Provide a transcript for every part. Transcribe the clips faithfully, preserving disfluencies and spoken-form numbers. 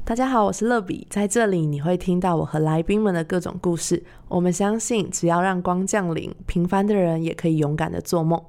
大家好，我是乐比，在这里你会听到我和来宾们的各种故事。我们相信，只要让光降临，平凡的人也可以勇敢的做梦。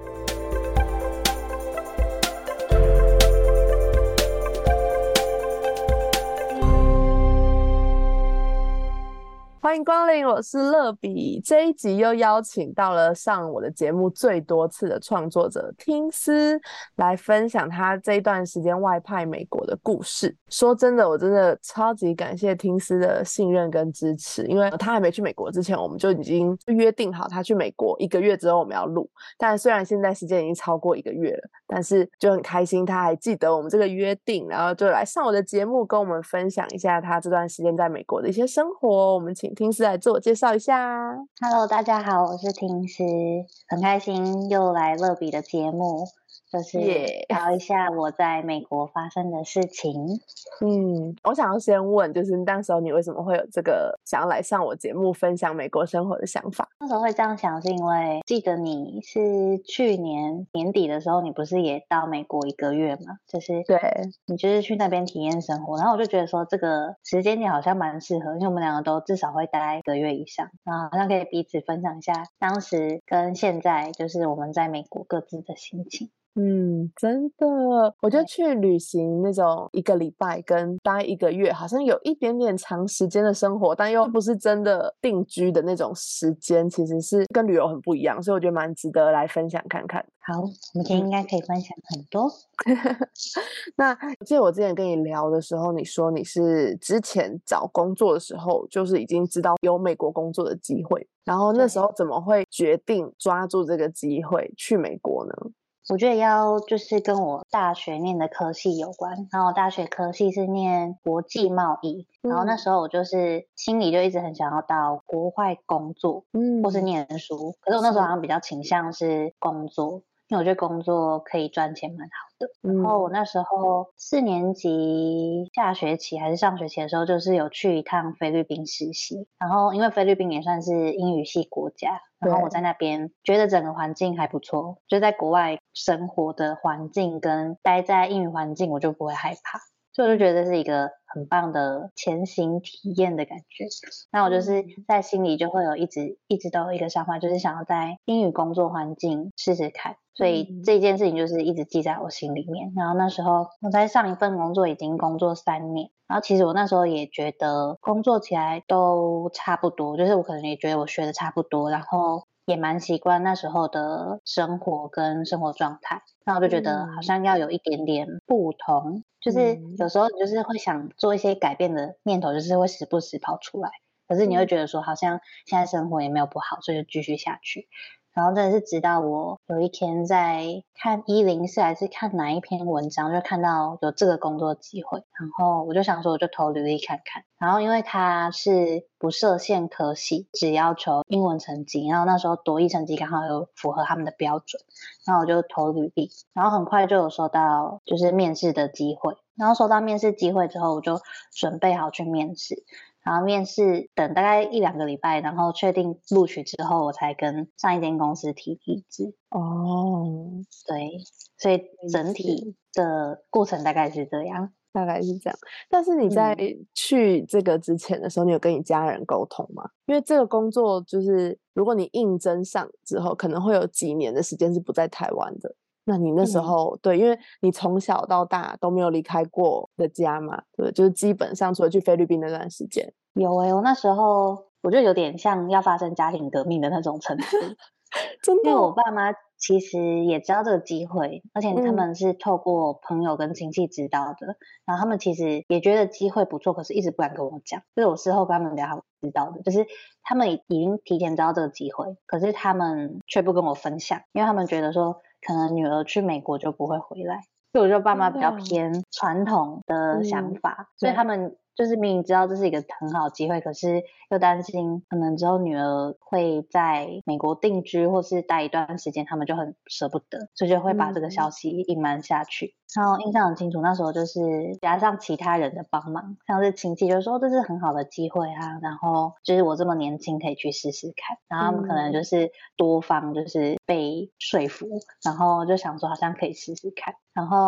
欢迎光临，我是乐比。这一集又邀请到了上我的节目最多次的创作者听思，来分享他这一段时间外派美国的故事。说真的，我真的超级感谢听思的信任跟支持，因为他还没去美国之前，我们就已经约定好他去美国一个月之后我们要录。但虽然现在时间已经超过一个月了，但是就很开心他还记得我们这个约定，然后就来上我的节目跟我们分享一下他这段时间在美国的一些生活。我们请听思来自我介绍一下。 Hello， 大家好，我是听思，很开心又来乐比的节目，就是聊一下我在美国发生的事情。 嗯，我想要先问，就是那时候你为什么会有这个想要来上我节目分享美国生活的想法？ 那时候会这样想是因为记得你是去年年底的时候，你不是也到美国一个月吗？就是对， 你就是去那边体验生活，然后我就觉得说这个时间点好像蛮适合，因为我们两个都至少会待一个月以上，然后好像可以彼此分享一下当时跟现在就是我们在美国各自的心情。 嗯，真的，我觉得去旅行那种一个礼拜跟待一个月好像有一点点长时间的生活，但又不是真的定居的那种时间，其实是跟旅游很不一样，所以我觉得蛮值得来分享看看。 好，我们今天应该可以分享很多。 那记得我之前跟你聊的时候，你说你是之前找工作的时候就是已经知道有美国工作的机会，然后那时候怎么会决定抓住这个机会去美国呢？ 我觉得要就是跟我大学念的科系有关，然后我大学科系是念国际贸易，嗯、然后那时候我就是心里就一直很想要到国外工作，嗯，或是念书，可是我那时候好像比较倾向是工作，因为我觉得工作可以赚钱蛮好的。然后我那时候四年级下学期还是上学期的时候，就是有去一趟菲律宾实习，然后因为菲律宾也算是英语系国家，然后我在那边觉得整个环境还不错，就在国外生活的环境跟待在英语环境我就不会害怕，所以我就觉得这是一个很棒的前行体验的感觉。那我就是在心里就会有一直一直都有一个想法，就是想要在英语工作环境试试看，所以这件事情就是一直记在我心里面。然后那时候我在上一份工作已经工作三年，然后其实我那时候也觉得工作起来都差不多，就是我可能也觉得我学的差不多，然后也蛮习惯那时候的生活跟生活状态，那我就觉得好像要有一点点不同、嗯、就是有时候你就是会想做一些改变的念头，就是会时不时跑出来，可是你会觉得说好像现在生活也没有不好，所以就继续下去。然后真的是直到我有一天在看一零四还是看哪一篇文章，就看到有这个工作机会，然后我就想说我就投履历看看，然后因为它是不设限科系，只要求英文成绩，然后那时候多益成绩刚好有符合他们的标准，然后我就投履历，然后很快就有收到就是面试的机会，然后收到面试机会之后我就准备好去面试，然后面试等大概一两个礼拜，然后确定录取之后我才跟上一间公司提离职。 哦， 对，所以整体的过程大概是这样。 大概是这样。但是你在去这个之前的时候、嗯、你有跟你家人沟通吗？因为这个工作就是如果你应征上之后可能会有几年的时间是不在台湾的，那你那时候、嗯、对，因为你从小到大都没有离开过的家嘛，对，就是基本上除了去菲律宾那段时间。 有欸，我那时候我就有点像要发生家庭革命的那种程度真的， 因为我爸妈其实也知道这个机会，而且他们是透过朋友跟亲戚知道的、嗯、然后他们其实也觉得机会不错，可是一直不敢跟我讲，就是我事后跟他们聊他们知道的，就是他们已经提前知道这个机会，可是他们却不跟我分享，因为他们觉得说可能女儿去美国就不会回来，所以我觉得爸妈比较偏传统的想法、嗯、所以他们就是明明知道这是一个很好的机会，可是又担心可能之后女儿会在美国定居或是待一段时间，他们就很舍不得，所以就会把这个消息隐瞒下去、嗯、然后印象很清楚，那时候就是加上其他人的帮忙，像是亲戚就说这是很好的机会啊，然后就是我这么年轻可以去试试看，然后他们可能就是多方就是被说服，然后就想说好像可以试试看，然后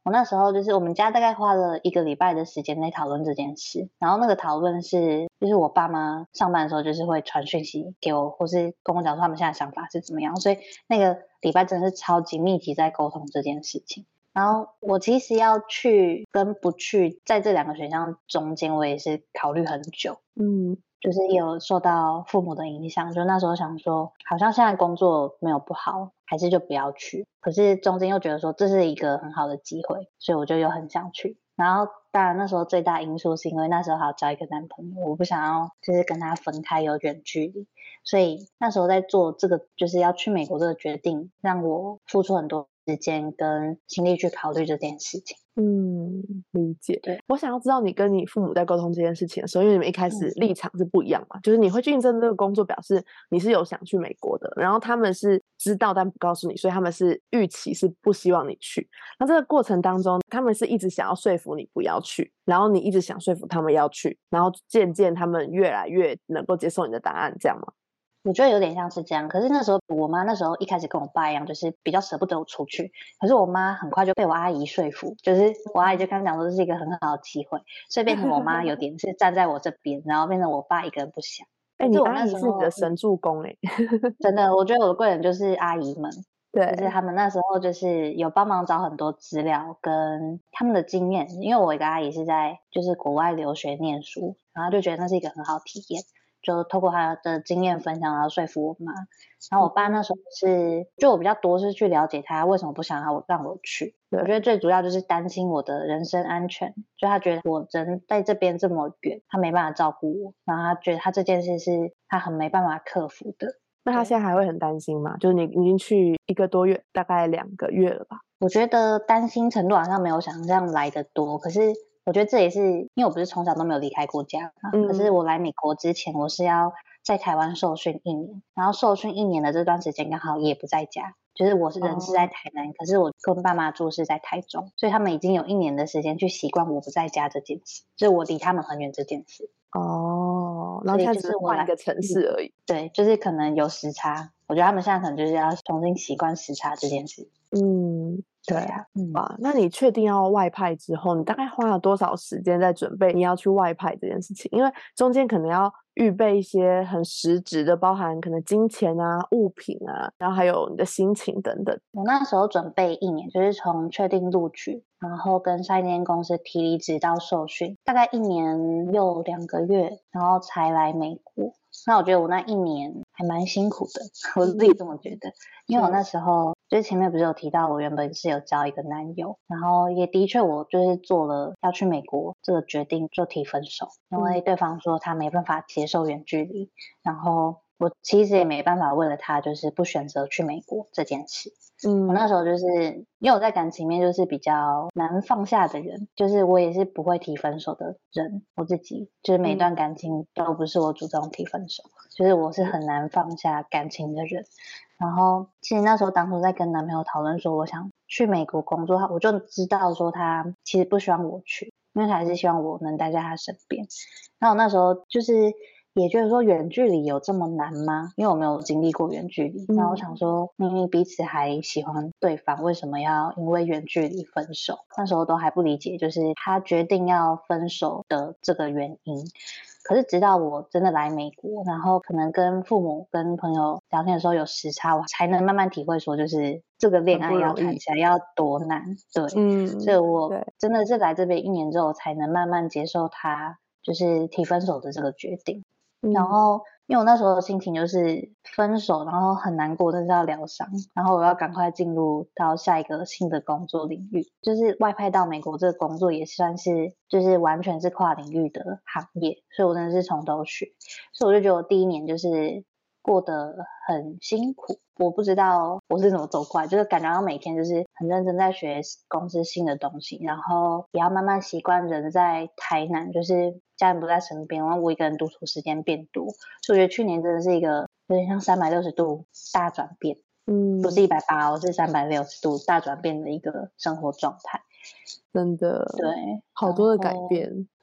我那时候就是我们家大概花了一个礼拜的时间在讨论这件事，然后那个讨论是就是我爸妈上班的时候就是会传讯息给我，或是跟我讲说他们现在想法是怎么样，所以那个礼拜真的是超级密集在沟通这件事情。然后我其实要去跟不去，在这两个选项中间，我也是考虑很久， 嗯， 就是也有受到父母的影响，就那时候想说，好像现在工作没有不好，还是就不要去。可是中间又觉得说这是一个很好的机会，所以我就又很想去。然后当然那时候最大因素是因为那时候还要交一个男朋友，我不想要就是跟他分开有远距离，所以那时候在做这个就是要去美国这个决定，让我付出很多时间跟精力去考虑这件事情。 嗯，理解。 对， 我想要知道你跟你父母在沟通这件事情的时候，因为你们一开始立场是不一样嘛，就是你会去应征这个工作，表示你是有想去美国的，然后他们是知道但不告诉你，所以他们是预期是不希望你去。那这个过程当中，他们是一直想要说服你不要去，然后你一直想说服他们要去，然后渐渐他们越来越能够接受你的答案，这样吗？ 我觉得有点像是这样，可是那时候我妈那时候一开始跟我爸一样，就是比较舍不得我出去，可是我妈很快就被我阿姨说服，就是我阿姨就跟她讲说这是一个很好的机会，所以变成我妈有点是站在我这边，然后变成我爸一个人不想。 哎、 可是我那你阿姨时候是你的神助攻哎、 真的，我觉得我的贵人就是阿姨们，就是对， 他们那时候就是有帮忙找很多资料跟他们的经验，因为我一个阿姨是在就是国外留学念书，然后就觉得那是一个很好体验，就透过他的经验分享，然后说服我妈。然后我爸那时候是，就我比较多是去了解他为什么不想让我让我去。我觉得最主要就是担心我的人身安全，就他觉得我人在这边这么远，他没办法照顾我，然后他觉得他这件事是他很没办法克服的。 那他现在还会很担心吗？就是你已经去一个多月，大概两个月了吧？ 我觉得担心程度好像没有想象来的多，可是我觉得这也是因为我不是从小都没有离开过家嘛， 嗯， 可是我来美国之前我是要在台湾受训一年，然后受训一年的这段时间刚好也不在家，就是我是人是在台南，哦，可是我跟爸妈住是在台中，所以他们已经有一年的时间去习惯我不在家这件事，就是我离他们很远这件事。 哦，然后现在只是换一个城市而已。 对，就是可能有时差，我觉得他们现在可能就是要重新习惯时差这件事。 嗯，对啊，嗯， 哇，那你确定要外派之后，你大概花了多少时间在准备你要去外派这件事情？因为中间可能要预备一些很实质的，包含可能金钱啊、物品啊，然后还有你的心情等等。 我那时候准备一年，就是从确定录取，然后跟上一间公司提离职到受训，大概一年又两个月，然后才来美国。那我觉得我那一年还蛮辛苦的，我自己这么觉得，因为我那时候就是前面不是有提到我原本是有交一个男友，然后也的确我就是做了要去美国这个决定就提分手，因为对方说他没办法接受远距离，然后我其实也没办法为了他就是不选择去美国这件事。嗯，我那时候就是因为我在感情面就是比较难放下的人，就是我也是不会提分手的人，我自己就是每段感情都不是我主动提分手，就是我是很难放下感情的人。然后其实那时候当初在跟男朋友讨论说我想去美国工作，我就知道说他其实不希望我去，因为他还是希望我能待在他身边。然后我那时候就是也觉得说远距离有这么难吗？因为我没有经历过远距离，然后我想说明明彼此还喜欢对方，为什么要因为远距离分手？那时候都还不理解，就是他决定要分手的这个原因。可是直到我真的来美国，然后可能跟父母跟朋友聊天的时候有时差，我才能慢慢体会说，就是这个恋爱要谈起来要多难。对，嗯，所以我真的是来这边一年之后才能慢慢接受他就是提分手的这个决定。然后因为我那时候的心情就是分手，然后很难过，但是要疗伤，然后我要赶快进入到下一个新的工作领域，就是外派到美国这个工作也算是就是完全是跨领域的行业，所以我真的是从头学，所以我就觉得我第一年就是过得很辛苦，我不知道我是怎么走过来，就是感觉到每天就是很认真在学公司新的东西，然后也要慢慢习惯人在台南，就是家人不在身边，然后我一个人独处时间变多，所以我觉得去年真的是一个有点像三百六十度大转变，嗯，不是一百八十，是三百六十度大转变的一个生活状态。 真的， 对， 好多的改变。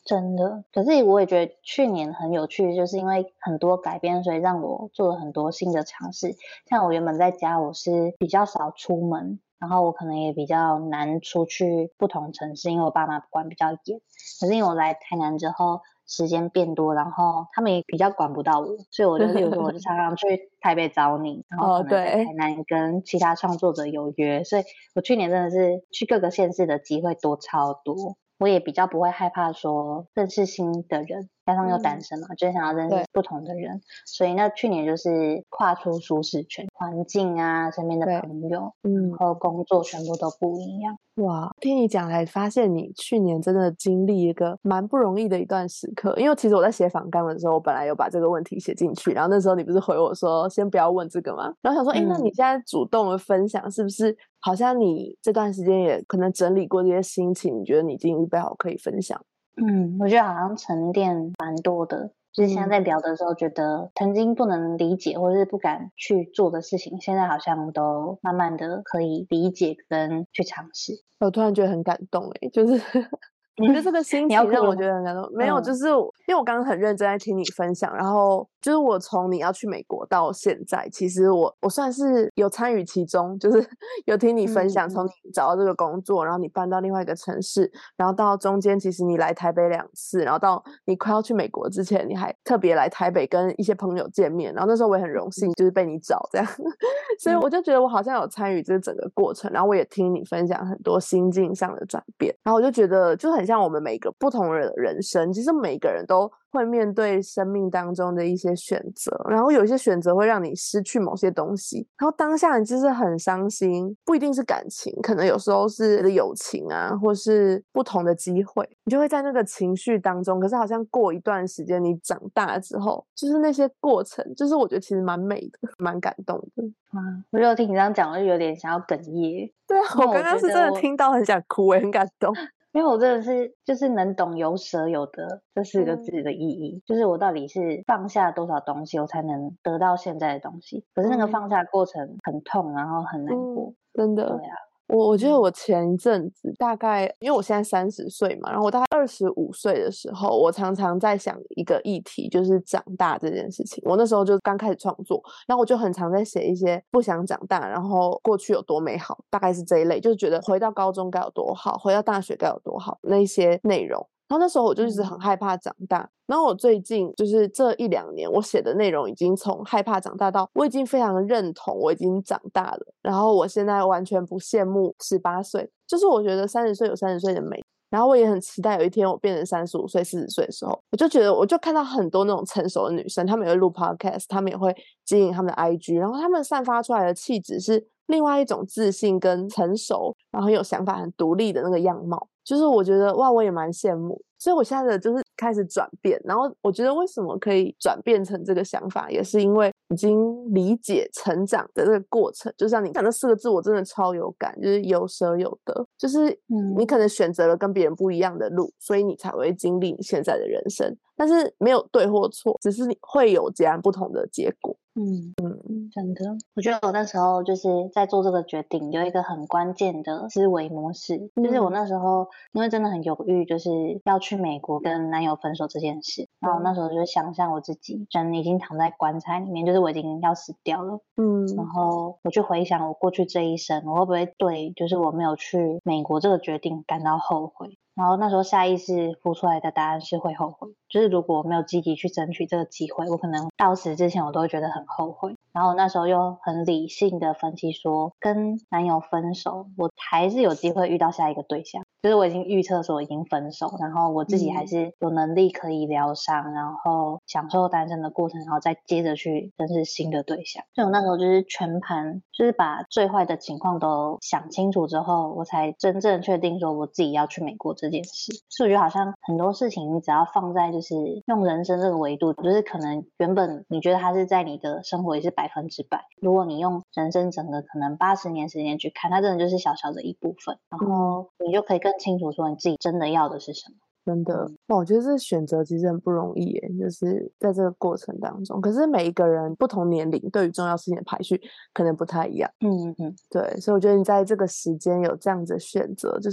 真的。可是我也觉得去年很有趣，就是因为很多改变，所以让我做了很多新的尝试。像我原本在家我是比较少出门，然后我可能也比较难出去不同城市，因为我爸妈管比较严。可是因为我来台南之后时间变多，然后他们也比较管不到我，所以我就例如说我就常常去台北找你，然后可能在台南跟其他创作者有约，哦，所以我去年真的是去各个县市的机会多超多。我也比较不会害怕说认识新的人，加上又单身嘛，嗯，就是想要认识不同的人，所以那去年就是跨出舒适圈，环境啊，身边的朋友，嗯，然后工作全部都不一样。 哇，听你讲才发现你去年真的经历一个蛮不容易的一段时刻。因为其实我在写访纲的时候，我本来有把这个问题写进去，然后那时候你不是回我说先不要问这个吗？然后想说，哎、嗯，那你现在主动的分享，是不是好像你这段时间也可能整理过这些心情，你觉得你已经预备好可以分享？ 嗯，我觉得好像沉淀蛮多的。就是现在在聊的时候，觉得曾经不能理解或者是不敢去做的事情，现在好像都慢慢的可以理解跟去尝试。 我突然觉得很感动哎，就是我觉得这个心情让我觉得很感动。没有，就是因为我刚刚很认真在听你分享，然后就是我从你要去美国到现在，其实我我算是有参与其中，就是有听你分享，从你找到这个工作，然后你搬到另外一个城市，然后到中间其实你来台北两次，然后到你快要去美国之前，你还特别来台北跟一些朋友见面，然后那时候我也很荣幸，就是被你找这样，所以我就觉得我好像有参与这整个过程，然后我也听你分享很多心境上的转变，然后我就觉得就很像我们每个不同的人生，其实每个人都会面对生命当中的一些选择，然后有一些选择会让你失去某些东西，然后当下你就是很伤心，不一定是感情，可能有时候是友情啊，或是不同的机会，你就会在那个情绪当中，可是好像过一段时间你长大之后，就是那些过程，就是我觉得其实蛮美的，蛮感动的。 啊，我就听你这样讲，我就有点想要哽咽。 对啊，我刚刚是真的听到很想哭欸，很感动。 因为我真的是就是能懂有舍有得这四个字的意义，嗯，就是我到底是放下多少东西我才能得到现在的东西，可是那个放下过程很痛，然后很难过。嗯， 真的。 对啊， 我我觉得我前一阵子大概因为我现在三十岁嘛，然后我大概二十五岁的时候，我常常在想一个议题，就是长大这件事情。我那时候就刚开始创作，然后我就很常在写一些不想长大，然后过去有多美好，大概是这一类，就是觉得回到高中该有多好，回到大学该有多好那一些内容。然后那时候我就一直很害怕长大，嗯，然后我最近就是这一两年我写的内容已经从害怕长大到我已经非常认同我已经长大了，然后我现在完全不羡慕十八岁，就是我觉得三十岁有三十岁的美，然后我也很期待有一天我变成三十五岁四十岁的时候，我就觉得我就看到很多那种成熟的女生，她们也会录 podcast， 她们也会经营她们的 I G， 然后她们散发出来的气质是另外一种自信跟成熟，然后很有想法很独立的那个样貌，就是我觉得哇我也蛮羡慕，所以我现在的就是开始转变，然后我觉得为什么可以转变成这个想法，也是因为已经理解成长的这个过程，就像你讲那四个字我真的超有感，就是有舍有得，就是你可能选择了跟别人不一样的路，所以你才会经历你现在的人生，但是没有对或错，只是你会有截然不同的结果。 嗯嗯，真的，我觉得我那时候就是在做这个决定，有一个很关键的思维模式，嗯，就是我那时候因为真的很犹豫，就是要去美国跟男友分手这件事，然后我那时候就想象我自己人已经躺在棺材里面，就是我已经要死掉了，嗯，然后我就回想我过去这一生，我会不会对就是我没有去美国这个决定感到后悔。然后那时候下意识浮出来的答案是会后悔，就是如果我没有积极去争取这个机会，我可能到死之前我都会觉得很后悔。然后那时候又很理性的分析说，跟男友分手我还是有机会遇到下一个对象，就是我已经预测说已经分手，然后我自己还是有能力可以疗伤，然后享受单身的过程，然后再接着去认识新的对象。所以我那时候就是全盘就是把最坏的情况都想清楚之后，我才真正确定说我自己要去美国这件事。所以我觉得好像很多事情你只要放在就是用人生这个维度，就是可能原本你觉得它是在你的生活也是百分之百，如果你用人生整个可能八十年时间去看，它真的就是小小的一部分，然后你就可以更清楚说你自己真的要的是什么。 真的，哇，我觉得这选择其实很不容易耶，就是在这个过程当中，可是每一个人不同年龄对于重要事情的排序可能不太一样。 嗯嗯， 对，所以我觉得你在这个时间有这样子的选择，就是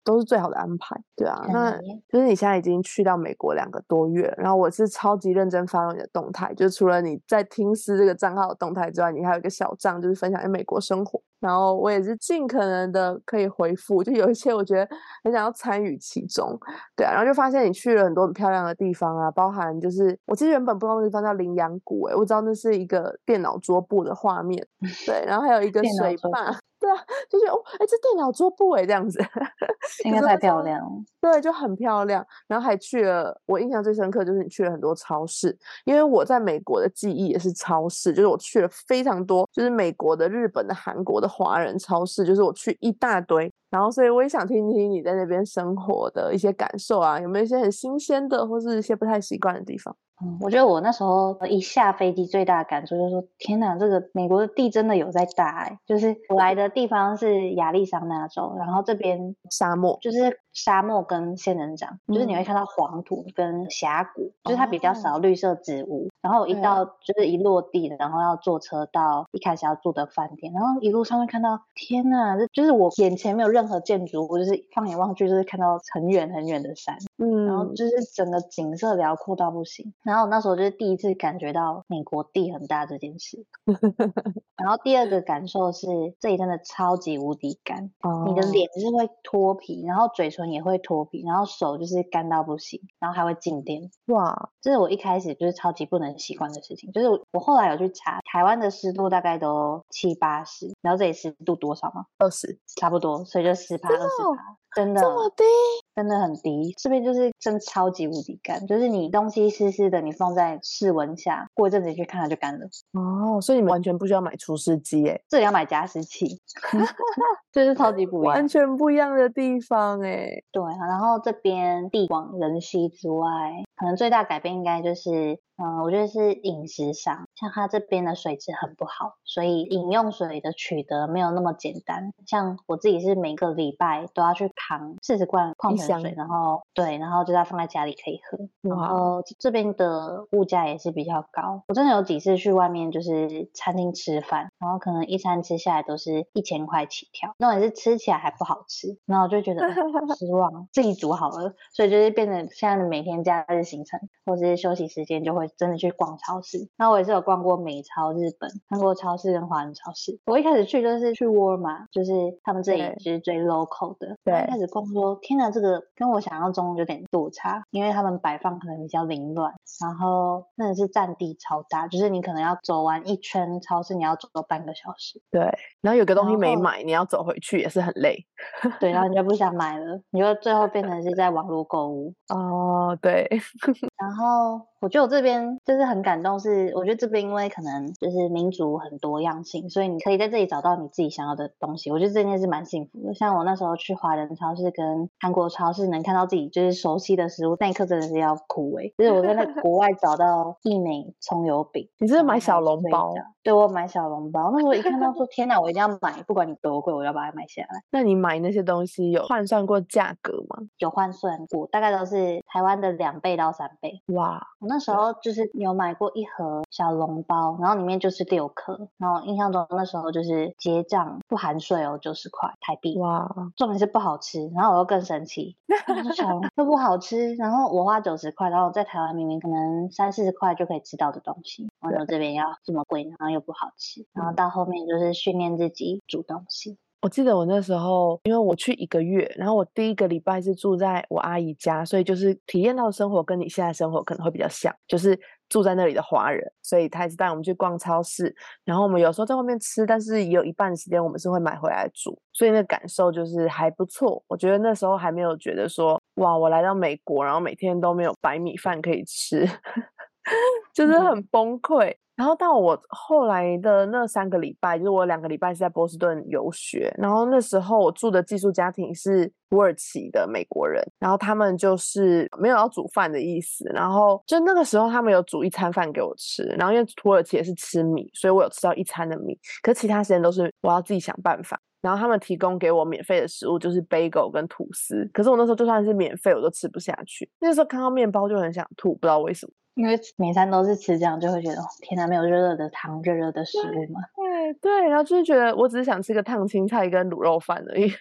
都是最好的安排。对啊，那真的耶就是你现在已经去到美国两个多月了，然后我是超级认真 follow 你的动态，就是除了你在听思这个账号的动态之外，你还有一个小账，就是分享在美国生活。然后我也是尽可能的可以回复，就有一些我觉得很想要参与其中。对啊，然后就发现你去了很多很漂亮的地方啊，包含就是我其实原本不知道那个地方叫羚羊谷，诶，我知道那是一个电脑桌布的画面，对，然后还有一个电脑水坝， 桌布对啊，就觉得哦，哎，这电脑桌布诶，这样子。 应该太可是那时候漂亮了。 对，就很漂亮。然后还去了，我印象最深刻就是你去了很多超市，因为我在美国的记忆也是超市，就是我去了非常多，就是美国的、日本的、韩国的华人超市，就是我去一大堆。然后，所以我也想听听你在那边生活的一些感受啊，有没有一些很新鲜的，或是一些不太习惯的地方？ 嗯，我觉得我那时候一下飞机最大的感受就是说，天哪，这个美国的地真的有在大哎、欸！就是我来的地方是亚利桑那州，然后这边沙漠， 就是沙漠跟仙人掌， 嗯、 就是你会看到黄土跟峡谷，就是它比较少哦绿色植物。然后我一对到就是一落地，然后要坐车到一开始要住的饭店，然后一路上会看到，天哪，这就是我眼前没有任何建筑物，就是放眼望去就是看到很远很远的山。然后嗯， 就是整个景色辽阔到不行，然后我那时候就是第一次感觉到美国地很大这件事。然后第二个感受是这里真的超级无敌干，你的哦， 脸就是会脱皮，然后嘴唇也会脱皮，然后手就是干到不行，然后还会静电。 哇， 这是我一开始就是超级不能习惯的事情，就是我后来有去查，台湾的湿度大概都七八十，然后这里湿度多少吗？ 二十， 差不多，所以就十趴真的哦， 二十趴，真的这么低？ 真的很低，这边就是真超级无敌干，就是你东西湿湿的，你放在室温下，过一阵子你去看它就干了。 哦，所以你们完全不需要买除湿机耶， 这里要买加湿器，这是超级不一样。 完全不一样的地方哎。 对，然后这边地广人稀之外，可能最大改变应该就是，嗯、呃，我觉得是饮食上，像它这边的水质很不好，所以饮用水的取得没有那么简单。像我自己是每个礼拜都要去扛四十罐矿泉水，然后对，然后就要放在家里可以喝。然后这边的物价也是比较高，我真的有几次去外面就是餐厅吃饭，然后可能一餐吃下来都是一千块起跳，那种也是吃起来还不好吃，然后我就觉得、呃、失望，自己煮好了，所以就是变成现在的每天假日行程或者是休息时间就会真的去逛超市。那我也是有逛过美超、日本、韩国超市跟华人超市。我一开始去就是去沃尔玛，就是他们这里就是最 local 的。对，一开始逛说天哪，这个跟我想象中有点落差，因为他们摆放可能比较凌乱，然后那个是占地超大，就是你可能要走完一圈超市，你要走半个小时。 对，然后有个东西没买，你要走回去也是很累。 对，然后你就不想买了，你就最后变成是在网络购物。 哦，对。 然后我觉得我这边就是很感动是，我觉得这边因为可能就是民族很多样性，所以你可以在这里找到你自己想要的东西。我觉得这件事蛮幸福的。像我那时候去华人超市跟韩国超市，能看到自己就是熟悉的食物，那一刻真的是要哭诶、欸。就是我在那国外找到益美葱油饼， 你是买小笼包？ 对，我买小笼包。那时候一看到说天哪，我一定要买，不管你多贵，我要把它买下来。 那你买那些东西有换算过价格吗？ 有换算过，大概都是台湾的两倍到三倍。 哇！ 我那时候就是有买过一盒小笼包，然后里面就是六颗，然后印象中那时候就是结账不含税哦，九十块台币。 哇！ 重点是不好吃，然后我又更生气，我说小笼包不好吃，然后我花九十块，然后在台湾明明可能三四十块就可以吃到的东西，然后这边要这么贵，然后又不好吃，然后到后面就是训练自己煮东西。 我记得我那时候，因为我去一个月，然后我第一个礼拜是住在我阿姨家，所以就是体验到的生活跟你现在生活可能会比较像，就是住在那里的华人，所以他也是带我们去逛超市，然后我们有时候在外面吃，但是也有一半的时间我们是会买回来煮，所以那感受就是还不错。我觉得那时候还没有觉得说，哇，我来到美国，然后每天都没有白米饭可以吃，就是很崩溃。嗯，然后到我后来的那三个礼拜，就是我两个礼拜是在波士顿游学，然后那时候我住的寄宿家庭是土耳其的美国人，然后他们就是没有要煮饭的意思，然后就那个时候他们有煮一餐饭给我吃，然后因为土耳其也是吃米，所以我有吃到一餐的米，可是其他时间都是我要自己想办法。然后他们提供给我免费的食物就是 bagel 跟吐司，可是我那时候就算是免费我都吃不下去，那时候看到面包就很想吐，不知道为什么。 因为每餐都是吃这样，就会觉得哦，天哪，没有热热的汤、热热的食物吗？ 对对，然后就是觉得我只是想吃个烫青菜跟卤肉饭而已。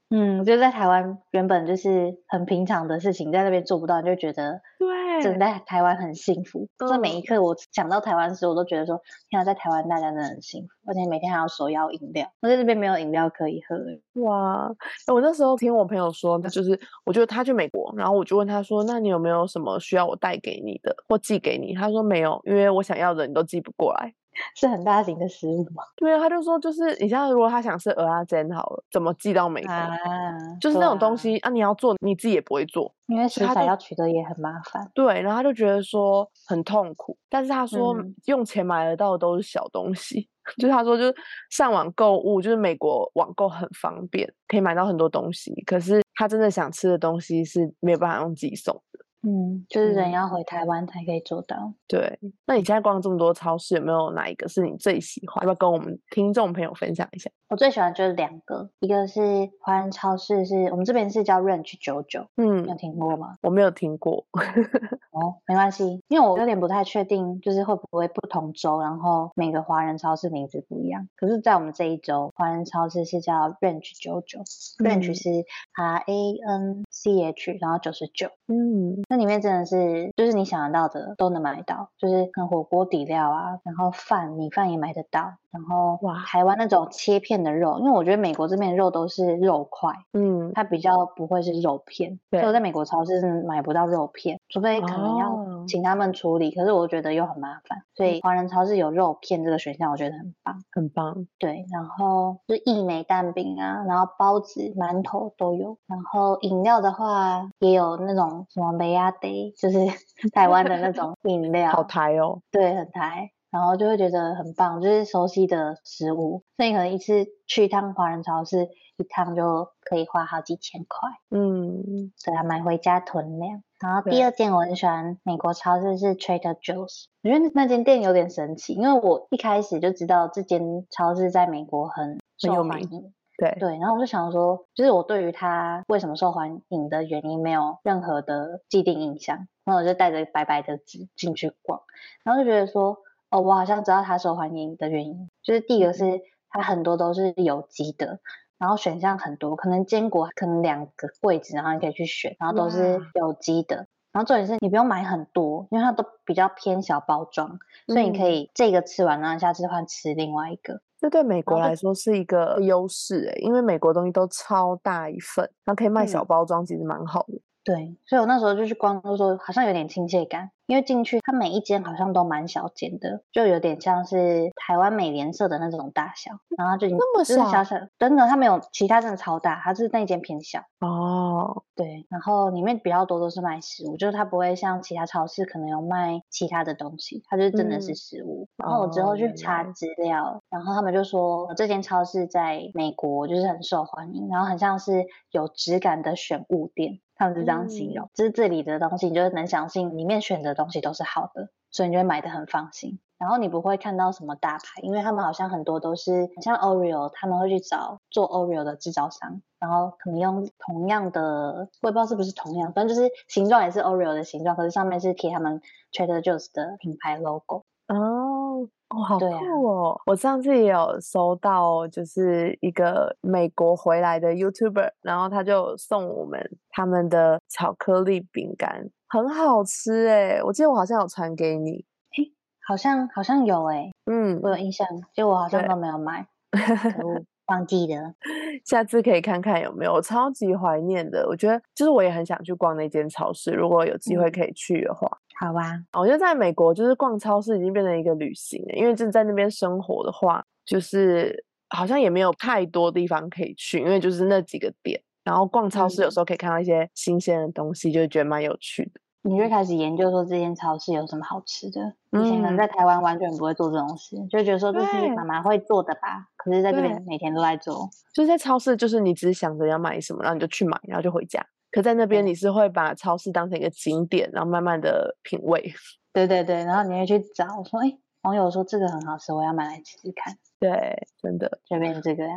嗯，就在台湾原本就是很平常的事情，在那边做不到，你就觉得真的对， 在台湾很幸福。这每一嗯， 刻我想到台湾时，我都觉得说，天啊，在台湾大家真的很幸福，而且每天还要手摇饮料。我在这边没有饮料可以喝。 哇！欸我那时候听我朋友说，他就是我觉得他去美国，然后我就问他说：“那你有没有什么需要我带给你的，或寄给你？”他说：“没有，因为我想要的你都寄不过来。” 是很大型的食物吗？ 对啊，他就说就是你像如果他想吃蚵仔煎好了，怎么寄到美国？ 啊， 就是那种东西对啊， 啊，你要做你自己也不会做， 因为所以他就食材要取得也很麻烦。 对，然后他就觉得说很痛苦，但是他说嗯用钱买得到的都是小东西，就是他说就是上网购物，就是美国网购很方便，可以买到很多东西，可是他真的想吃的东西是没有办法用寄送的。 嗯，就是人嗯， 要回台湾才可以做到。 对。那你现在逛这么多超市，有没有哪一个是你最喜欢？要不要跟我们听众朋友分享一下？ 我最喜欢就是两个，一个是华人超市是，我们这边是叫 Ranch 九九，你有嗯， 听过吗？ 我没有听过。 哦，没关系，因为我有点不太确定，就是会不会不同州，然后每个华人超市名字不一样。可是，在我们这一周，华人超市是叫 Ranch 九九，Ranch 嗯是 R A N C H，然后九十九， 嗯， 那里面真的是就是你想得到的都能买到，就是跟火锅底料啊，然后饭米饭也买得到，然后哇， 台湾那种切片的肉，因为我觉得美国这边的肉都是肉块， 嗯， 它比较不会是肉片，所以我在对， 美国超市是买不到肉片，除非可能要哦， 请他们处理，可是我觉得又很麻烦，所以华人超市有肉片这个选项，我觉得很棒。 很棒。 对，然后就是益美蛋饼啊，然后包子、馒头都有，然后饮料的话也有那种什么梅亚得，就是台湾的那种饮好料， 台哦。 对，很台，然后就会觉得很棒，就是熟悉的食物，所以可能一次去一趟华人超市，一趟就可以花好几千块， 嗯， 对啊，买回家囤量。然后第对， 二件我很喜欢美国超市是 Trader Joe's，我觉得那间店有点神奇，因为我一开始就知道这间超市在美国很很受有名。 欢迎， 对， 对，然后我就想说，就是我对于它为什么受欢迎的原因没有任何的既定印象，然后我就带着白白的纸进去逛，然后就觉得说，哦，我好像知道它受欢迎的原因，就是第一个是它很多都是有机的，然后选项很多，可能坚果可能两个柜子，然后你可以去选，然后都是哇， 有机的。然后重点是你不用买很多，因为它都比较偏小包装，所以你可嗯， 以这个吃完，然后下次换吃另外一个。 这对美国然后就来说是一个优势诶，因为美国东西都超大一份，然后可以卖小嗯， 包装，其实蛮好的。 对，所以我那时候就去逛，就说好像有点亲切感，因为进去它每一间好像都蛮小间的，就有点像是台湾美联社的那种大小，然后就那么小就是小小，真的它没有其他真的超大，它是那间偏小。 哦， 对，然后里面比较多都是卖食物，就是它不会像其他超市可能有卖其他的东西，它就真的是嗯， 食物。然后我之哦， 后去原来， 查资料，然后他们就说这间超市在美国就是很受欢迎，然后很像是有质感的选物店，他们是这样形容， 嗯， 就是这里的东西你就能相信里面选的东西都是好的，所以你就会买得很放心。然后你不会看到什么大牌，因为他们好像很多都是像 Oreo，他们会去找做 Oreo 的制造商，然后可能用同样的，我也不知道是不是同样，反正就是形状也是 Oreo 的形状，可是上面是贴他们 Trader Joe's 的品牌 logo。 哦，哦，好对啊， 酷哦！我上次也有收到，就是一个美国回来的 YouTuber，然后他就送我们他们的巧克力饼干，很好吃诶，我记得我好像有传给你。 诶，好像好像有诶，我有嗯， 印象，结果我好像对。 都没有买，可恶，忘记了。 下次可以看看有没有，我超级怀念的。我觉得就是我也很想去逛那间超市，如果有机会可嗯， 以去的话。 好吧， 我觉得在美国就是逛超市已经变成一个旅行了，因为就是在那边生活的话，就是好像也没有太多地方可以去，因为就是那几个店。然后逛超市有嗯。 时候可以看到一些新鲜的东西，就觉得蛮有趣的。 你就开始研究说这间超市有什么好吃的。以前可能嗯， 在台湾完全不会做这种事，就觉得说这是妈对妈会做的吧。可是在这对， 边每天都在做。 就是在超市，就是你只是想着要买什么，然后你就去买，然后就回家。可在那边对你是会把超市当成一个景点，然后慢慢的品味。 对对对，然后你会去找说，哎，网友说这个很好吃，我要买来吃吃看， 对，真的。 就变成这个样。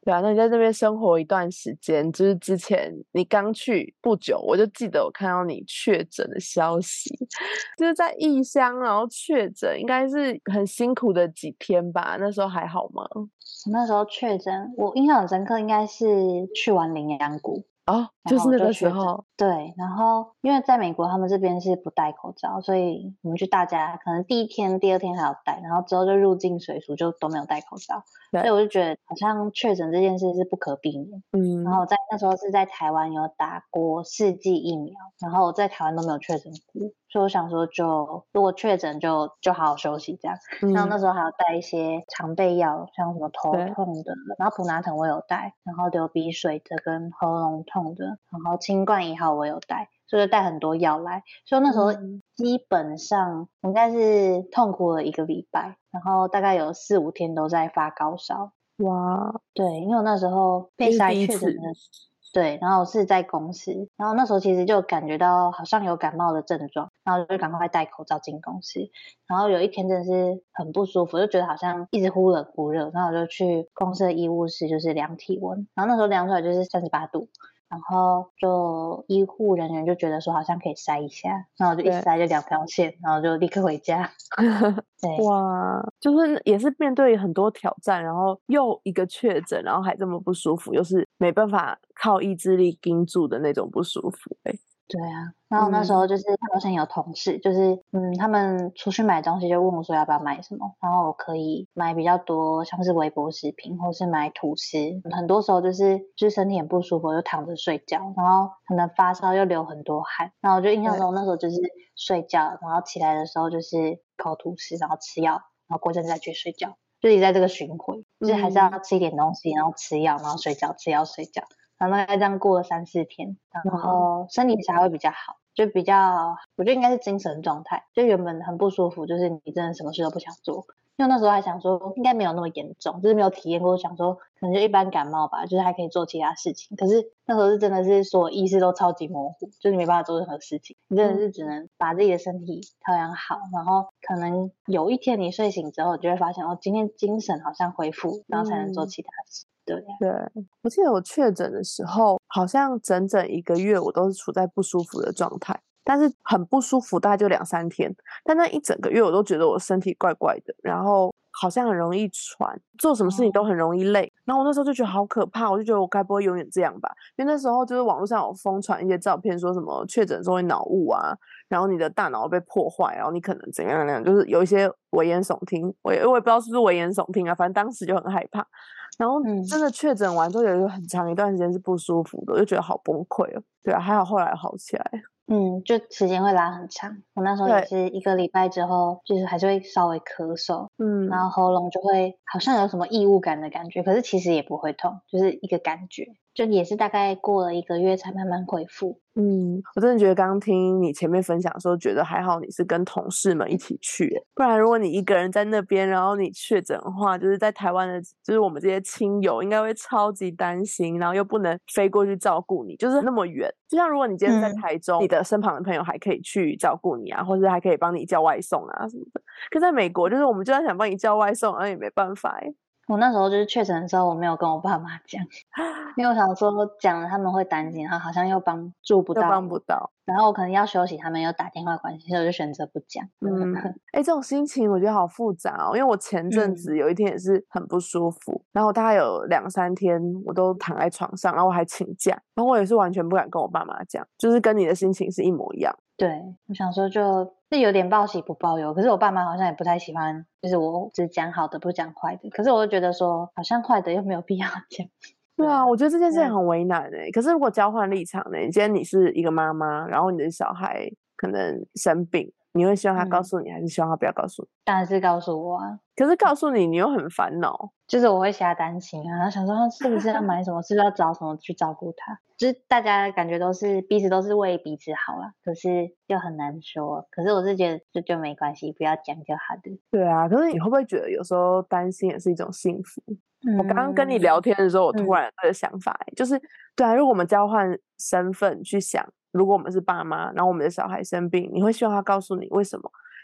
对啊，那你在这边生活一段时间，就是之前你刚去不久，我就记得我看到你确诊的消息，就是在异乡然后确诊，应该是很辛苦的几天吧？那时候还好吗？ 我那时候确诊，我印象很深刻，应该是去完羚羊谷。 哦， 然后就是那个时我就确诊， 候。 对，然后因为在美国他们这边是不戴口罩，所以我们去大家可能第一天、第二天还有戴，然后之后就入境随俗就都没有戴口罩，所以对， 我就觉得好像确诊这件事是不可避免。然后嗯， 我在那时候是在台湾有打过四剂疫苗，然后我在台湾都没有确诊过，所以我想说就如果确诊就就好好休息这样。然后那嗯， 时候还有带一些常备药，像什么头对， 痛的，然后普拿疼我有带，然后流鼻水的跟喉咙痛的，然后清冠一号我有带，所以就带很多药来。所以那时候嗯， 基本上应该是痛苦了一个礼拜，然后大概有四五天都在发高烧。 哇， 对，因为我那时候被这是筛第一次。 确诊的，对，然后我是在公司，然后那时候其实就感觉到好像有感冒的症状，然后就赶快戴口罩进公司，然后有一天真的是很不舒服，就觉得好像一直忽冷忽热，然后我就去公司的医务室就是量体温，然后那时候量出来就是三十八度，然后就医护人员就觉得说好像可以筛一下，然后我就一对， 筛就两条线，然后就立刻回家。对， 哇，就是也是面对很多挑战，然后又一个确诊，然后还这么不舒服，又是没办法靠意志力盯住的那种不舒服、欸。 对啊，然后那时候嗯， 就是好像有同事，就是嗯，他们出去买东西就问我说要不要买什么，然后我可以买比较多，像是微波食品或是买吐司。很多时候就是就是身体很不舒服，我就躺着睡觉，然后可能发烧又流很多汗，然后我就印象对， 中那时候就是睡觉，然后起来的时候就是烤吐司，然后吃药，然后过阵再去睡觉，就一直在这个巡回，就是还是要嗯， 吃一点东西，然后吃药，然后睡觉，吃药睡觉。然后大概这样过了三四天，然哇， 后身体才会比较好，就比较，我觉得应该是精神状态，就原本很不舒服，就是你真的什么事都不想做。因为那时候还想说应该没有那么严重，就是没有体验过，想说可能就一般感冒吧，就是还可以做其他事情。可是那时候是真的是所有意识都超级模糊，就是你没办法做任何事情，你真的是只嗯， 能把自己的身体调养好，然后可能有一天你睡醒之后，你就会发现哦，今天精神好像恢复，然后才能做嗯。 其他事。对呀、 对，我记得我确诊的时候，好像整整一个月我都是处在不舒服的状态，但是很不舒服，大概就两三天。但那一整个月我都觉得我身体怪怪的，然后好像很容易喘，做什么事情都哦， 很容易累。然后我那时候就觉得好可怕，我就觉得我该不会永远这样吧？因为那时候就是网络上有疯传一些照片，说什么确诊之后会脑雾啊，然后你的大脑被破坏，然后你可能怎样怎样，就是有一些危言耸听。我也我也不知道是不是危言耸听啊，反正当时就很害怕。然后嗯。 真的确诊完之后，有一个很长一段时间是不舒服的，我就觉得好崩溃哦。对啊，还好后来好起来。 嗯，就时间会拉很长。我那时候也对， 是一个礼拜之后，就是还是会稍微咳嗽，然嗯。 后喉咙就会好像有什么异物感的感觉，可是其实也不会痛，就是一个感觉。就也是大概过了一个月才慢慢恢复。 嗯，我真的觉得刚刚听你前面分享的时候，觉得还好你是跟同事们一起去耶，不然如果你一个人在那边，然后你确诊的话，就是在台湾的，就是我们这些亲友应该会超级担心，然后又不能飞过去照顾你，就是那么远。就像如果你今天是在嗯， 台中，你的身旁的朋友还可以去照顾你啊，或者还可以帮你叫外送啊什么的。可在美国，就是我们就算想帮你叫外送，那也没办法哎。 我那时候就是确诊的时候，我没有跟我爸妈讲，因为我想说讲了他们会担心，然后好像又帮助不又到我， 帮不到。 然后我可能要休息，他们又打电话关心，所以我就选择不讲。 嗯，哎、这种心情我觉得好复杂哦。因为我前阵嗯子有一天也是很不舒服，然后大概有两三天我都躺在床上，然后我还请假，然后我也是完全不敢跟我爸妈讲，就是跟你的心情是一模一样。 对，我想说就是有点报喜不报忧，可是我爸妈好像也不太喜欢，就是我只讲好的不讲坏的，可是我就觉得说好像坏的又没有必要讲。 对啊， 对啊， 我觉得这件事情嗯很为难诶、可是如果交换立场呢，今天你是一个妈妈，然后你的小孩可能生病，你会希望他告嗯， 诉你，还是希望他不要告诉你？ 当然是告诉我啊， 可是告诉你，你又很烦恼。 就是我会瞎担心啊，然后想说他是不是要买什么，是不是要找什么去照顾他，就是大家感觉都是彼此都是为彼此好啦，可是又很难说，可是我是觉得这就没关系，不要讲就好的。 对啊，可是你会不会觉得有时候担心也是一种幸福？我刚刚跟你嗯聊天的时候，我突嗯然有这个想法欸，就是对啊，如果我们交换身份去想，如果我们是爸妈，然后我们的小孩生病，你会希望他告诉你为什么？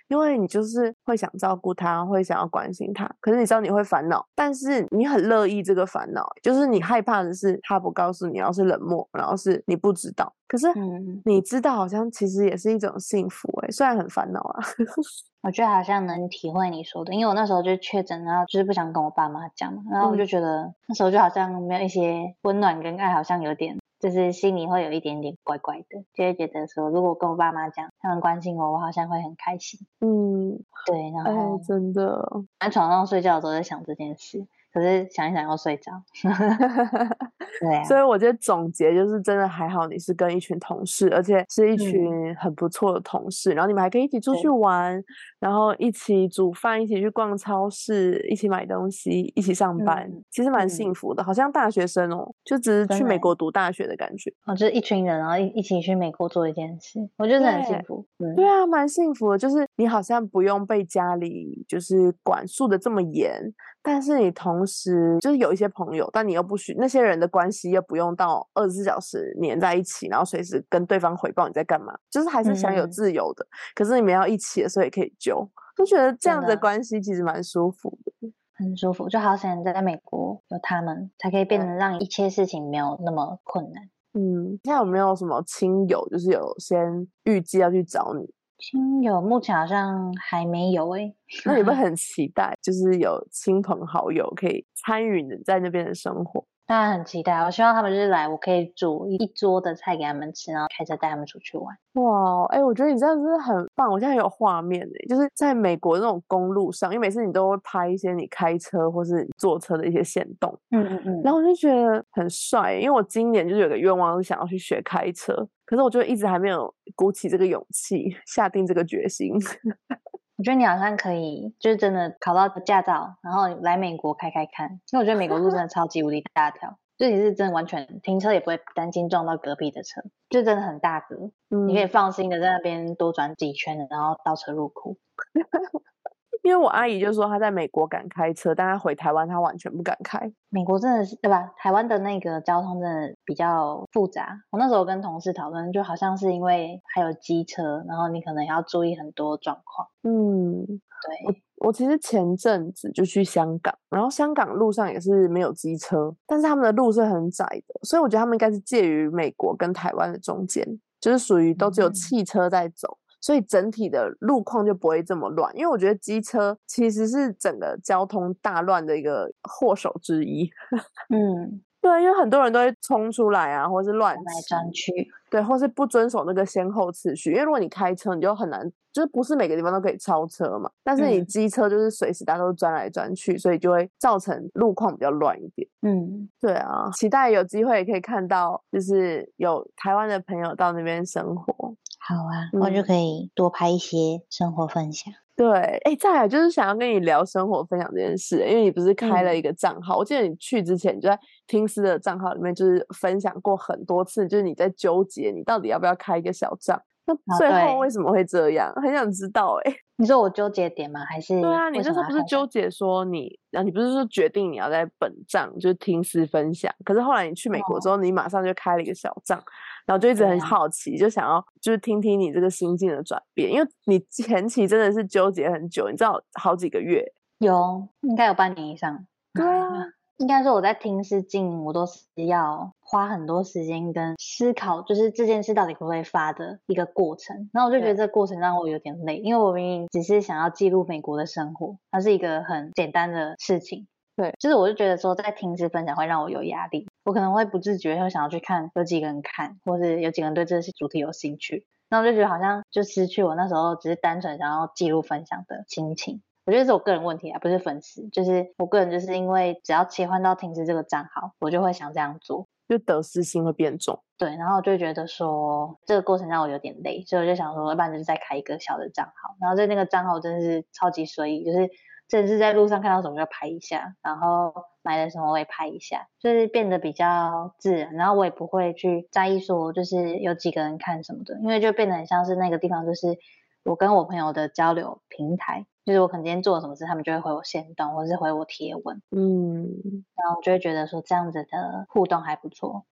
因为你就是会想照顾他，会想要关心他，可是你知道你会烦恼，但是你很乐意这个烦恼，就是你害怕的是他不告诉你，然后是冷漠，然后是你不知道，可是你知道好像其实也是一种幸福欸，虽然很烦恼啊。 我觉得好像能体会你说的，因为我那时候就确诊，然后就是不想跟我爸妈讲嘛，然后我就觉得、嗯、那时候就好像没有一些温暖跟爱，好像有点就是心里会有一点点怪怪的，就会觉得说如果跟我爸妈讲，他们关心我，我好像会很开心。 嗯， 对，然后、 哎、真的在床上睡觉的时候在想这件事，可是想一想要睡着。对啊， 所以我觉得总结就是真的还好你是跟一群同事，而且是一群很不错的同事、嗯、然后你们还可以一起出去玩，然后一起煮饭，一起去逛超市，一起买东西，一起上班、嗯、其实蛮幸福的、嗯、好像大学生哦，就只是去美国读大学的感觉哦，就是一群人然后一一起去美国做一件事，我觉得很幸福。 对、嗯、对啊，蛮幸福的，就是你好像不用被家里就是管束的这么严，但是你同时就是有一些朋友，但你又不许那些人的关系又不用到二十四小时黏在一起，然后随时跟对方回报你在干嘛，就是还是享有自由的、嗯、可是你们要一起的时候也可以揪，就觉得这样的关系其实蛮舒服的， 很舒服，就好想在美国有他们才可以变得让一切事情没有那么困难。 嗯，那有没有什么亲友就是有先预计要去找你？ 亲友目前好像还没有诶、欸、 那你会很期待就是有亲朋好友可以参与你在那边的生活？ 当然很期待，我希望他们就是来我可以煮一桌的菜给他们吃，然后开车带他们出去玩。 哇，哎、欸，我觉得你这样真的很棒，我现在很有画面欸，就是在美国那种公路上，因为每次你都会拍一些你开车或是坐车的一些限动， 嗯嗯嗯， 然后我就觉得很帅，因为我今年就是有个愿望是想要去学开车，可是我就一直还没有鼓起这个勇气，下定这个决心。 我觉得你好像可以，就是真的考到驾照，然后来美国开开看，因为我觉得美国路真的超级无敌大条，就你是真的完全停车也不会担心撞到隔壁的车，就真的很大格、嗯、你可以放心的在那边多转几圈，然后倒车入库。 因为我阿姨就说她在美国敢开车，但她回台湾她完全不敢开。 美国真的是对吧？台湾的那个交通真的比较复杂。我那时候跟同事讨论，就好像是因为还有机车，然后你可能要注意很多状况。 嗯， 对。 我我其实前阵子就去香港，然后香港路上也是没有机车，但是他们的路是很窄的，所以我觉得他们应该是介于美国跟台湾的中间，就是属于都只有汽车在走。嗯，所以整体的路况就不会这么乱，因为我觉得机车其实是整个交通大乱的一个祸首之一。嗯，对，因为很多人都会冲出来啊，或是乱来钻去， 对，或是不遵守那个先后次序。因为如果你开车，你就很难，就是不是每个地方都可以超车嘛。但是你机车就是随时大家都钻来钻去，所以就会造成路况比较乱一点。嗯，对啊，期待有机会也可以看到，就是有台湾的朋友到那边生活。 好啊，嗯，我就可以多拍一些生活分享。 对，哎，再来就是想要跟你聊生活分享这件事，因为你不是开了一个账号，嗯，我记得你去之前你就在听思的账号里面就是分享过很多次，就是你在纠结你到底要不要开一个小账，那最后为什么会这样？很想知道哎，欸。 你说我纠结点吗？还是对啊，你那时候不是纠结说你，啊，你不是说决定你要在本账就是听思分享，可是后来你去美国之后，哦，你马上就开了一个小账。然后就一直很好奇，就想要就是听听你这个心境的转变，因为你前期真的是纠结很久，你知道好几个月， 有应该有半年以上。 对啊， 应该说我在听思经我都是要花很多时间跟思考，就是这件事到底可不可以发的一个过程。然后我就觉得这个过程让我有点累，因为我明明只是想要记录美国的生活，它是一个很简单的事情。对，就是我就觉得说在听思分享会让我有压力，我可能会不自觉会想要去看有几个人看，或是有几个人对这个主题有兴趣，那我就觉得好像就失去我那时候只是单纯想要记录分享的心情。我觉得是我个人问题啊，不是粉丝，就是我个人就是因为只要切换到听思这个账号，我就会想这样做， 就得失心会变重。 对，然后我就觉得说这个过程让我有点累，所以我就想说要不然就是再开一个小的账号，然后在那个账号真的是超级随意，就是真的是在路上看到什么就拍一下，然后买了什么我也拍一下，就是变得比较自然，然后我也不会去在意说就是有几个人看什么的，因为就变得很像是那个地方就是我跟我朋友的交流平台，就是我可能今天做了什么事，他们就会回我限动或是回我贴文，嗯，然后我就会觉得说这样子的互动还不错。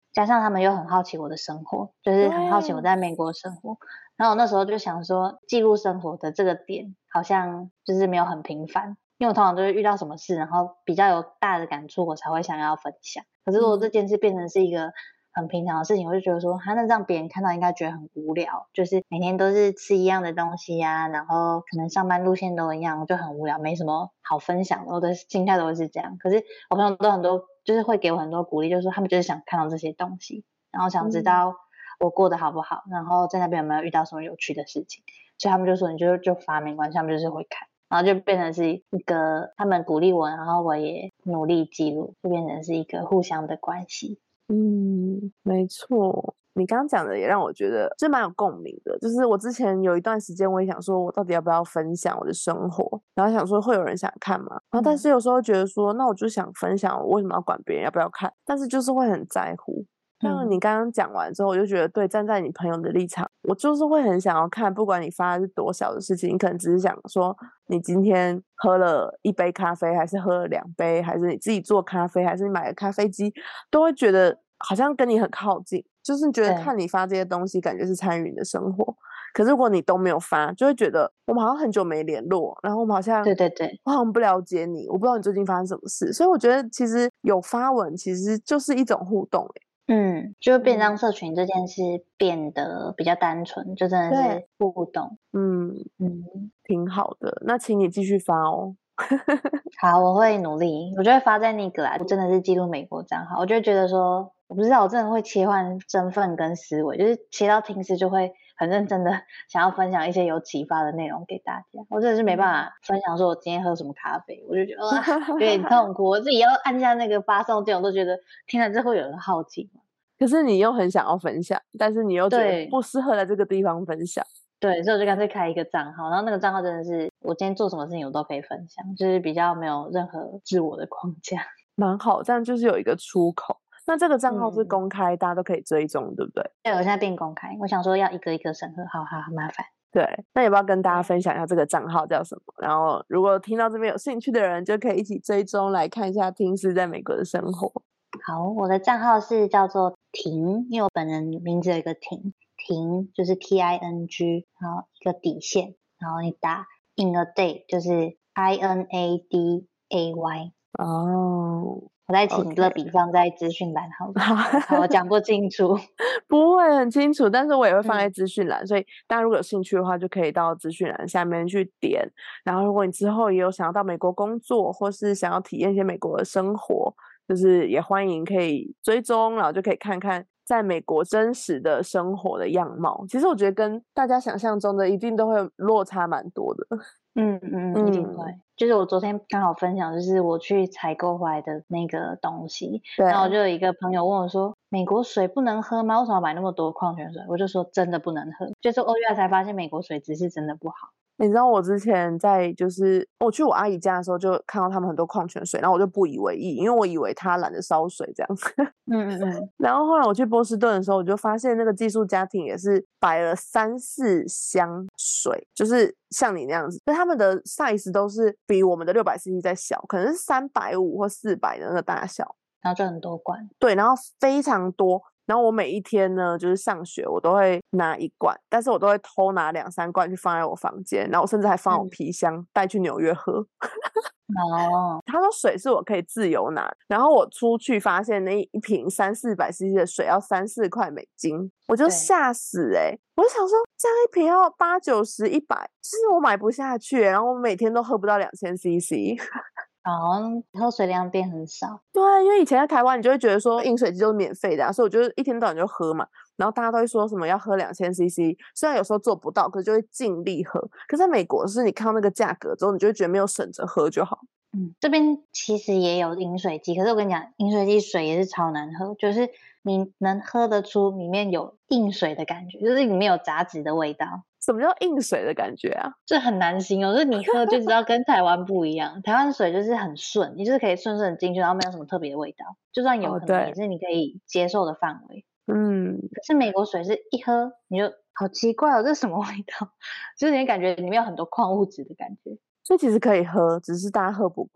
加上他们又很好奇我的生活，就是很好奇我对， 在美国生活。然后我那时候就想说，记录生活的这个点好像就是没有很频繁，因为我通常都是遇到什么事，然后比较有大的感触，我才会想要分享。可是如果这嗯件事变成是一个很平常的事情，我就觉得说，哈，那让别人看到应该觉得很无聊，就是每天都是吃一样的东西呀、然后可能上班路线都一样，就很无聊，没什么好分享的。我的心态都会是这样。可是我朋友都很多，就是会给我很多鼓励，就是说他们就是想看到这些东西，然后想知嗯道我过得好不好，然后在那边有没有遇到什么有趣的事情，所以他们就说你就就发没关系，他们就是会看。然后就变成是一个他们鼓励我，然后我也努力记录，就变成是一个互相的关系。 嗯，没错。你刚刚讲的也让我觉得就蛮有共鸣的，就是我之前有一段时间我也想说我到底要不要分享我的生活，然后想说会有人想看吗？然后但嗯是有时候觉得说那我就想分享，我为什么要管别人要不要看？但是就是会很在乎。像你嗯刚刚讲完之后，我就觉得对，站在你朋友的立场，我就是会很想要看，不管你发的是多小的事情，你可能只是想说你今天喝了一杯咖啡，还是喝了两杯，还是你自己做咖啡，还是你买了咖啡机，都会觉得好像跟你很靠近，就是觉得对看你发这些东西，感觉是参与你的生活。可是如果你都没有发，就会觉得我们好像很久没联络，然后我们好像对对对， 我好像不了解你，我不知道你最近发生什么事，所以我觉得其实有发文其实就是一种互动、欸， 嗯，就会变嗯， 让社群这件事变得比较单纯，就真的对， 是互动。 嗯， 嗯， 挺好的。那请你继续发哦。 好，我会努力，我就会发在那个啦，真的是记录美国账号，我就会觉得说，我不知道，我真的会切换身份跟思维，就是切到听时就会很认真的想要分享一些有启发的内容给大家。我真的是没办法分享说我今天喝什么咖啡，我就觉得哇有点痛苦，我自己要按下那个发送键，我都觉得天哪，这会有人好奇吗？ 可是你又很想要分享，但是你又觉得对， 不适合在这个地方分享。 对，所以我就干脆开一个账号，然后那个账号真的是我今天做什么事情我都可以分享，就是比较没有任何自我的框架。 蛮好，这样就是有一个出口。那这个账号是嗯， 公开，大家都可以追踪，对不对？ 对，我现在变公开，我想说要一个一个审核，好好好麻烦。 对，那要不要跟大家对， 分享一下这个账号叫什么？然后如果听到这边有兴趣的人，就可以一起追踪来看一下听师在美国的生活。 好，我的账号是叫做婷，因为我本人名字有一个婷，婷就是 T I N G，然后一个底线，然后你打 in a day 就是 I N A D A Y。 哦我再请 ，OK， 乐比放在资讯栏好了， 好， 我怕我讲不清楚。 不会很清楚，但是我也会放在嗯， 资讯栏，所以大家如果有兴趣的话，就可以到资讯栏下面去点。然后，如果你之后也有想要到美国工作，或是想要体验一些美国的生活，就是也欢迎可以追踪，然后就可以看看在美国真实的生活的样貌。其实我觉得跟大家想象中的一定都会落差蛮多的。 嗯嗯，一定会。 嗯， 就是我昨天刚好分享，就是我去采购回来的那个东西，然后我对。 就有一个朋友问我说：“美国水不能喝吗？为什么买那么多矿泉水？”我就说：“真的不能喝。”就是欧月才发现美国水质是真的不好。 你知道我之前在就是我去我阿姨家的时候，就看到他们很多矿泉水，然后我就不以为意，因为我以为他懒得烧水这样。 嗯嗯嗯， 然后后来我去波士顿的时候，我就发现那个寄宿家庭也是摆了三四箱水，就是像你那样子，就他们的 size 都是比我们的六百 C C 再小，可能是三百五或四百的那个大小。 然后就很多罐。 对，然后非常多。然后我每一天呢，就是上学，我都会拿一罐，但是我都会偷拿两三罐去放在我房间，然后我甚至还放我嗯， 皮箱带去纽约喝。 哦， 他说水是我可以自由拿，然后我出去发现那一瓶三四百 C C 的水要三四块美金，我就对， 吓死哎、欸！我就想说这样一瓶要八九十一百，就是我买不下去、欸，然后我每天都喝不到两千 C C。 哦，喝水量变很少。 对啊，因为以前在台湾，你就会觉得说饮水机都是免费的啊，所以我就一天到晚就喝嘛。然后大家都会说什么要喝两千 C C，虽然有时候做不到，可是就会尽力喝。可是在美国，是你看到那个价格之后，你就会觉得没有省着喝就好。 嗯，这边其实也有饮水机，可是我跟你讲，饮水机水也是超难喝，就是你能喝得出里面有硬水的感觉，就是里面有杂质的味道。 什么叫硬水的感觉啊？ 这很难形容，就是你喝就知道跟台湾不一样。台湾水就是很顺，你就是可以顺顺进去，然后没有什么特别的味道，就算有哦， 可能也对， 是你可以接受的范围。 嗯， 可是美国水是一喝你就好奇怪哦，这是什么味道？就是你感觉里面有很多矿物质的感觉。 所以其实可以喝，只是大家喝不惯。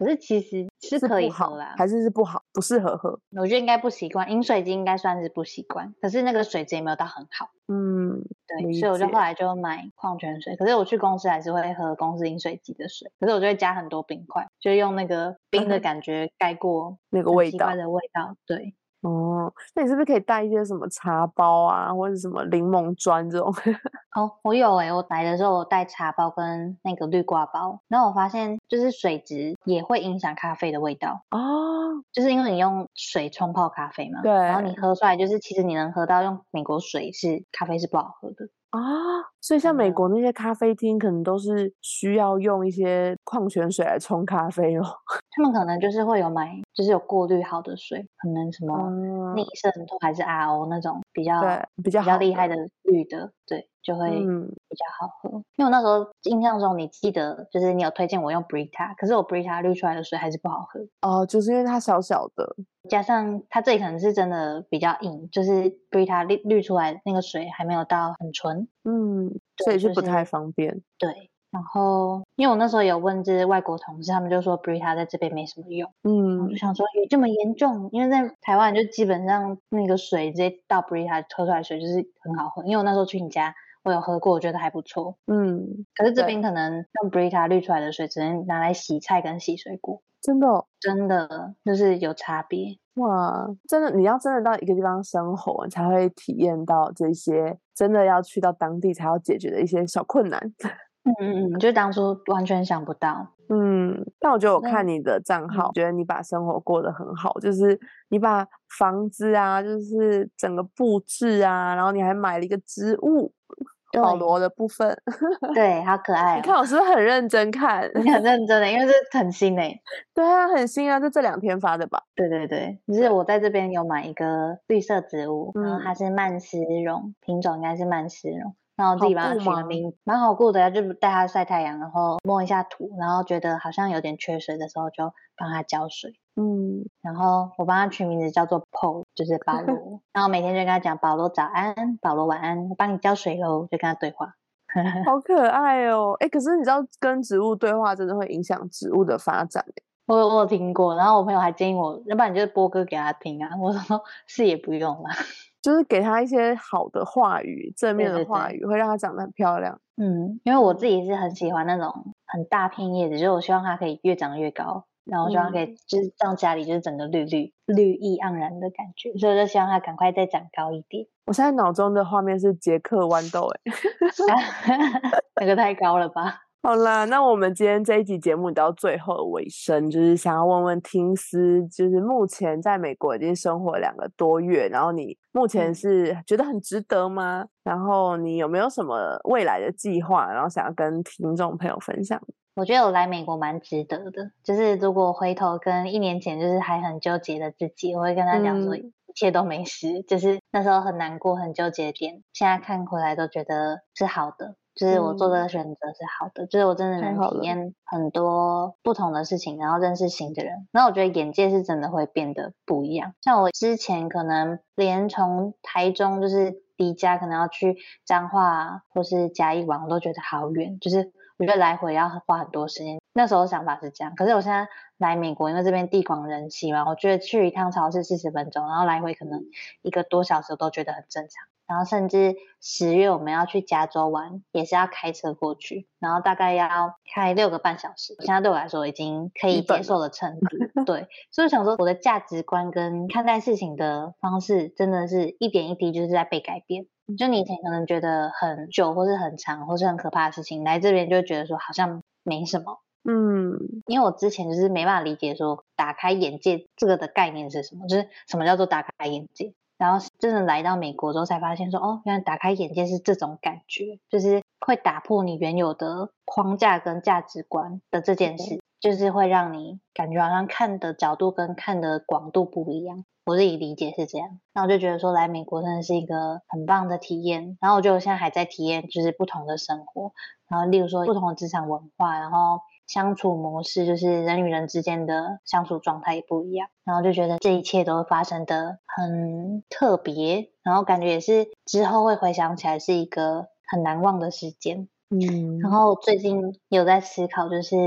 可是其实是是可以不好喝啦， 还是是不好，不适合喝？ 我觉得应该不习惯，饮水机应该算是不习惯，可是那个水质也没有到很好。 嗯， 对， 理所以我就解后来就买矿泉水，可是我去公司还是会喝公司饮水机的水，可是我就会加很多冰块，就用那个冰的感觉盖过那个味道很奇怪的味道。对， 哦，那你是不是可以带一些什么茶包啊，或者什么柠檬砖这种？ 哦，我有诶、我来的时候我带茶包跟那个绿挂包，然后我发现就是水质也会影响咖啡的味道。 哦， 就是因为你用水冲泡咖啡嘛， 对然后你喝出来就是其实你能喝到用美国水是咖啡是不好喝的。 啊，所以像然后美国那些咖啡厅，可能都是需要用一些矿泉水来冲咖啡哦。 他们可能就是会有买，就是有过滤好的水，可能什么嗯， 逆渗透还是 R O 那种比较对，比较比较好的， 厉害的滤的，对，就会嗯， 比较好喝。因为我那时候印象中，你记得就是你有推荐我用 Brita，可是我 Brita 滤出来的水还是不好喝， 哦，就是因为它小小的， 加上它这里可能是真的比较硬，就是 Brita 滤滤出来那个水还没有到很纯， 嗯，所对， 以是不太就是方便。 对。然后，因为我那时候有问就是外国同事，他们就说 Brita 在这边没什么用。然后嗯， 就想说有这么严重？因为在台湾就基本上那个水直接倒 Brita 喝出来的水就是很好喝。因为我那时候去你家，我有喝过，我觉得还不错。 嗯， 可是这对， 边可能用 Brita 滤出来的水只能拿来洗菜跟洗水果， 真的哦， 真的就是有差别。 哇，真的，你要真的到一个地方生活，你才会体验到这些真的要去到当地才要解决的一些小困难。 嗯嗯嗯，就当初完全想不到。 嗯，但我觉得我看那你的账号， 嗯觉得你把生活过得很好，就是你把房子啊，就是整个布置啊，然后你还买了一个植物，保罗对的部分。 对，好可爱你看哦！ 我是不是很认真看？ 你很认真的，因为这很新诶。 对啊，很新啊，就这两天发的吧？ 对对对，就是我在这边有买一个绿色植物，然后它嗯， 是曼斯绒，品种应该是曼斯绒，然后我自好己帮它顾吗？ 取个名，蛮好顾的呀，就带它晒太阳，然后摸一下土，然后觉得好像有点缺水的时候就帮它浇水， 嗯， 然后我帮它取名字叫做 Paul，就是保罗，然后每天就跟它讲保罗早安，保罗晚安，我帮你浇水喽，就跟它对话。 好可爱哦！哎，可是你知道跟植物对话真的会影响植物的发展欸。 我我有听过，然后我朋友还建议我，要不然你就播歌给他听啊。我说是也不用啦。 就是给它一些好的话语，正面的对对对， 话语，会让它长得很漂亮。 嗯，因为我自己是很喜欢那种很大片叶子，就是我希望它可以越长越高，然后我希望它可以嗯， 就是让家里就是整个绿绿绿意盎然的感觉，所以我就希望它赶快再长高一点。 我现在脑中的画面是杰克豌豆，哎。 那个太高了吧？ 好啦，那我们今天这一集节目到最后的尾声，就是想要问问听思，就是目前在美国已经生活两个多月，然后你目前嗯， 是觉得很值得吗？然后你有没有什么未来的计划，然后想要跟听众朋友分享？ 我觉得我来美国蛮值得的，就是如果回头跟一年前就是还很纠结的自己，我会跟他讲说嗯， 一切都没事，就是那时候很难过、很纠结的点，现在看回来都觉得是好的，就是我做的嗯， 选择是好的，就是我真的能太好了， 体验很多不同的事情，然后认识新的人，然后我觉得眼界是真的会变得不一样。像我之前可能连从台中就是离家可能要去彰化或是嘉义玩，我都觉得好远，就是我觉得来回要花很多时间。那时候想法是这样，可是我现在来美国，因为这边地广人稀嘛，我觉得去一趟超市四十分钟，然后来回可能一个多小时，我都觉得很正常。然后甚至十月我们要去加州玩，也是要开车过去，然后大概要开六个半小时。现在对我来说已经可以接受的程度，对，所以我想说我的价值观跟看待事情的方式，真的是一点一滴就是在被改变。就你以前可能觉得很久或是很长或是很可怕的事情，来这边就会觉得说好像没什么。 嗯， 因为我之前就是没办法理解说打开眼界这个的概念是什么，就是什么叫做打开眼界。然后真的来到美国之后才发现说，哦，原来打开眼界是这种感觉，就是会打破你原有的框架跟价值观的这件事，就是会让你感觉好像看的角度跟看的广度不一样。我自己理解是这样，那我就觉得说来美国真的是一个很棒的体验。然后我觉得我现在还在体验就是不同的生活，然后例如说不同的职场文化，然后相处模式，就是人与人之间的相处状态也不一样，然后就觉得这一切都发生的很特别，然后感觉也是之后会回想起来是一个很难忘的时间。然嗯， 后最近有在思考，就是因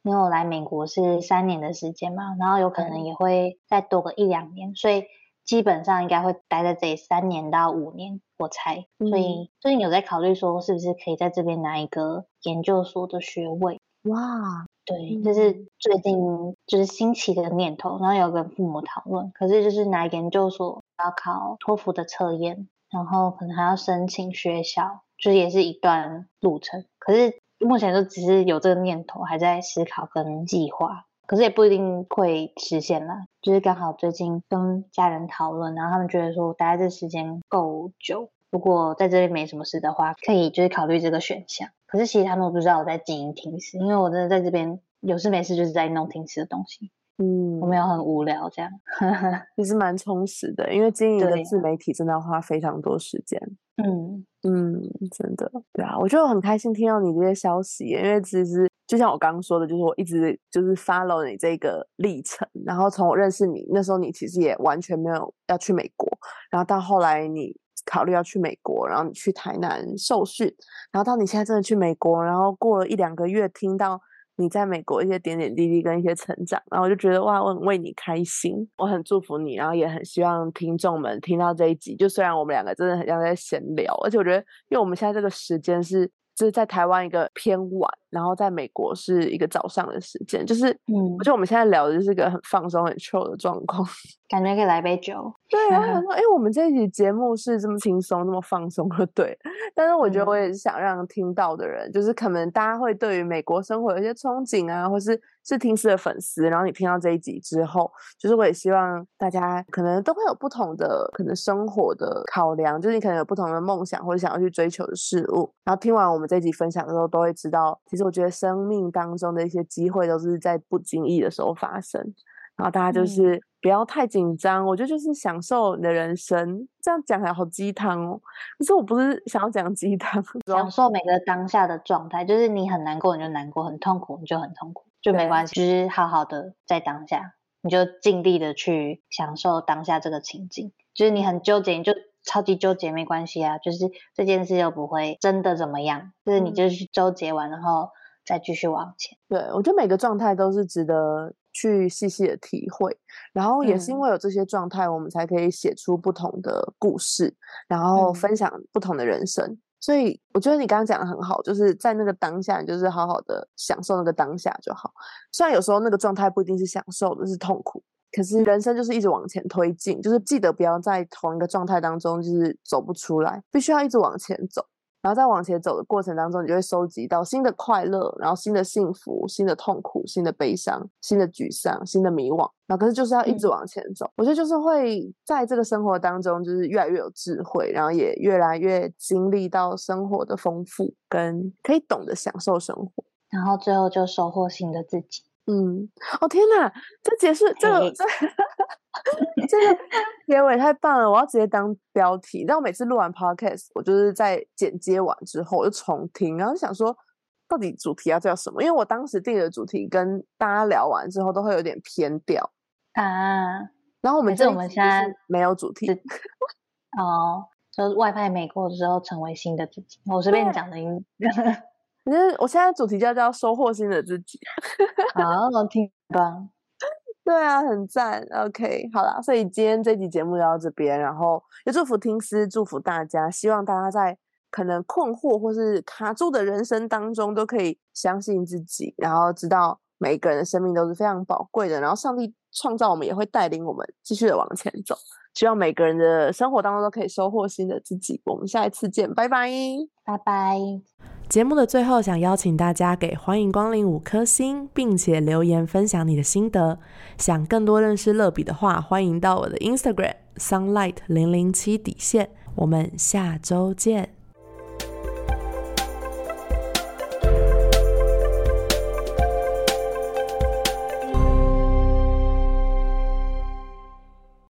因为我来美国是三年的时间嘛，然后有可能也会再多个一两年，所以基本上应该会待在这里三年到五年，我猜。所以最近有在考虑说，是不是可以在这边拿一个研究所的学位。 哇， 对，这是最近就是兴起的念头，然后有跟父母讨论。可是就是拿研究所要考托福的测验，然后可能还要申请学校，就是也是一段路程。可是目前都只是有这个念头，还在思考跟计划，可是也不一定会实现啦。就是刚好最近跟家人讨论，然后他们觉得说待在这时间够久，如果在这里没什么事的话，可以就是考虑这个选项。可是其实他们不知道我在经营听师，因为我真的在这边有事没事就是在弄听师的东西。嗯，我没有很无聊这样。 其实蛮充实的，因为经营一个自媒体真的要花非常多时间。嗯嗯，真的，对啊，我就很开心听到你这些消息，因为其实就像我刚刚说的，就是我一直就是 follow 你这个历程，然后从我认识你那时候，你其实也完全没有要去美国，然后到后来你考虑要去美国，然后你去台南受训，然后到你现在真的去美国，然后过了一两个月听到你在美国一些点点滴滴跟一些成长，然后我就觉得哇，我很为你开心，我很祝福你，然后也很希望听众们听到这一集，就虽然我们两个真的很像在闲聊，而且我觉得因为我们现在这个时间是就是在台湾一个偏晚，然后在美国是一个早上的时间，就是嗯，我觉得我们现在聊的就是一个很放松很 chill 的状况， 感觉可以来杯酒。 对啊，我想说哎，我们这一集节目是这么轻松这么放松的，对，但是我觉得我也是想让听到的人、嗯、就是可能大家会对于美国生活有一些憧憬啊，或是是听师的粉丝，然后你听到这一集之后，就是我也希望大家可能都会有不同的可能生活的考量，就是你可能有不同的梦想或者想要去追求的事物，然后听完我们这一集分享的时候都会知道，其实我觉得生命当中的一些机会都是在不经意的时候发生，然后大家就是不要太紧张、嗯、我觉得就是享受你的人生，这样讲起来好鸡汤哦，可是我不是想要讲鸡汤， 享受每个当下的状态，就是你很难过你就难过，很痛苦你就很痛苦，就没关系，就是好好的在当下，你就尽力的去享受当下这个情境，就是你很纠结你就超级纠结没关系啊，就是这件事又不会真的怎么样，就是你就去纠结完然后再继续往前。 对，我觉得每个状态都是值得去细细的体会，然后也是因为有这些状态、嗯、我们才可以写出不同的故事，然后分享不同的人生、嗯、所以我觉得你刚刚讲的很好，就是在那个当下你就是好好的享受那个当下就好，虽然有时候那个状态不一定是享受的，是痛苦，可是人生就是一直往前推进，就是记得不要在同一个状态当中就是走不出来，必须要一直往前走，然后在往前走的过程当中，你就会收集到新的快乐，然后新的幸福，新的痛苦，新的悲伤，新的沮丧，新的迷惘，然后可是就是要一直往前走、嗯、我觉得就是会在这个生活当中就是越来越有智慧，然后也越来越经历到生活的丰富，跟可以懂得享受生活， 然后最后就收获新的自己。 嗯，哦天哪，这结束这个这这个结尾太棒了，我要直接当标题。但我每次录完 podcast 我就是在剪接完之后我就重听，然后就想说到底主题要叫什么，因为我当时定的主题跟大家聊完之后都会有点偏调啊，然后我们这我们现在没有主题哦，就是外派美国之后成为新的自己，我随便讲的可是我现在主题就叫收获新的自己好听棒， 对啊，很赞 OK 好啦，所以今天这集节目就到这边，然后也祝福听师，祝福大家，希望大家在可能困惑或是卡住的人生当中都可以相信自己，然后知道每一个人的生命都是非常宝贵的，然后上帝创造我们也会带领我们继续的往前走，希望每个人的生活当中都可以收获新的自己，我们下一次见，拜拜拜拜。 节目的最后想邀请大家给欢迎光临五颗星，并且留言分享你的心得，想更多认识乐比的话，欢迎到我的 Instagram sunlight 零零七底线，我们下周见。